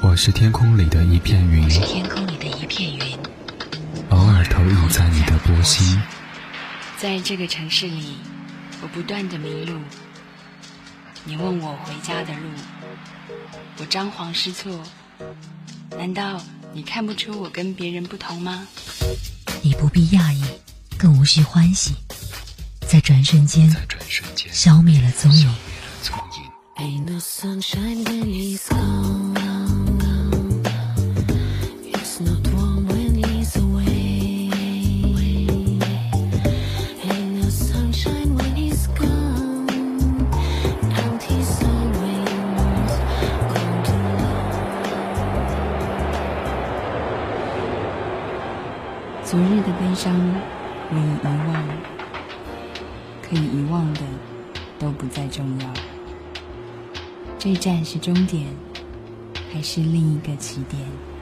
我是天空里的一片云，偶尔投影在你的波心。 在这个城市里，我不断地迷路。你问我回家的路，我张皇失措。难道你看不出我跟别人不同吗？ 你不必讶异，更无需欢喜，在转瞬间消灭了踪影。 Ain't no sunshine when he's gone. It's not warm when he's away. Ain't no sunshine when he's gone. And he's always gone too long. 昨日的悲伤我已遗忘，可以遗忘的都不再重要。这站是终点，还是另一个起点？